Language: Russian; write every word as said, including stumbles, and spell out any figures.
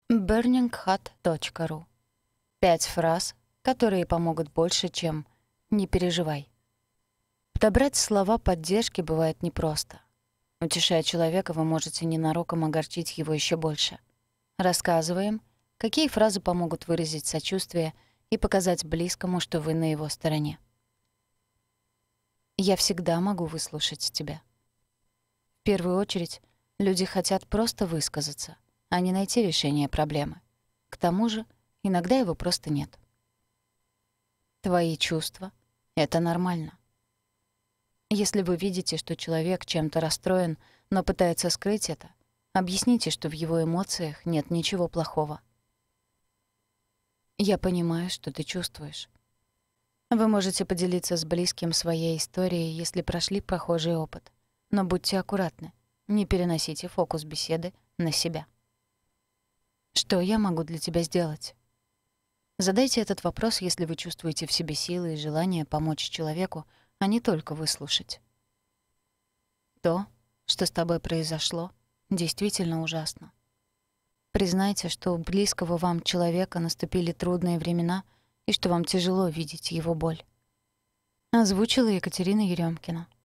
бернинг хат точка ру. Пять фраз, которые помогут больше, чем «не переживай». Подобрать слова поддержки бывает непросто. Утешая человека, вы можете ненароком огорчить его еще больше. Рассказываем, какие фразы помогут выразить сочувствие и показать близкому, что вы на его стороне. «Я всегда могу выслушать тебя». В первую очередь, люди хотят просто высказаться, а не найти решение проблемы. К тому же, иногда его просто нет. Твои чувства — это нормально. Если вы видите, что человек чем-то расстроен, но пытается скрыть это, объясните, что в его эмоциях нет ничего плохого. Я понимаю, что ты чувствуешь. Вы можете поделиться с близким своей историей, если прошли похожий опыт. Но будьте аккуратны, не переносите фокус беседы на себя. Что я могу для тебя сделать? Задайте этот вопрос, если вы чувствуете в себе силы и желание помочь человеку, а не только выслушать. То, что с тобой произошло, действительно ужасно. Признайте, что у близкого вам человека наступили трудные времена и что вам тяжело видеть его боль. Озвучила Екатерина Ерёмкина.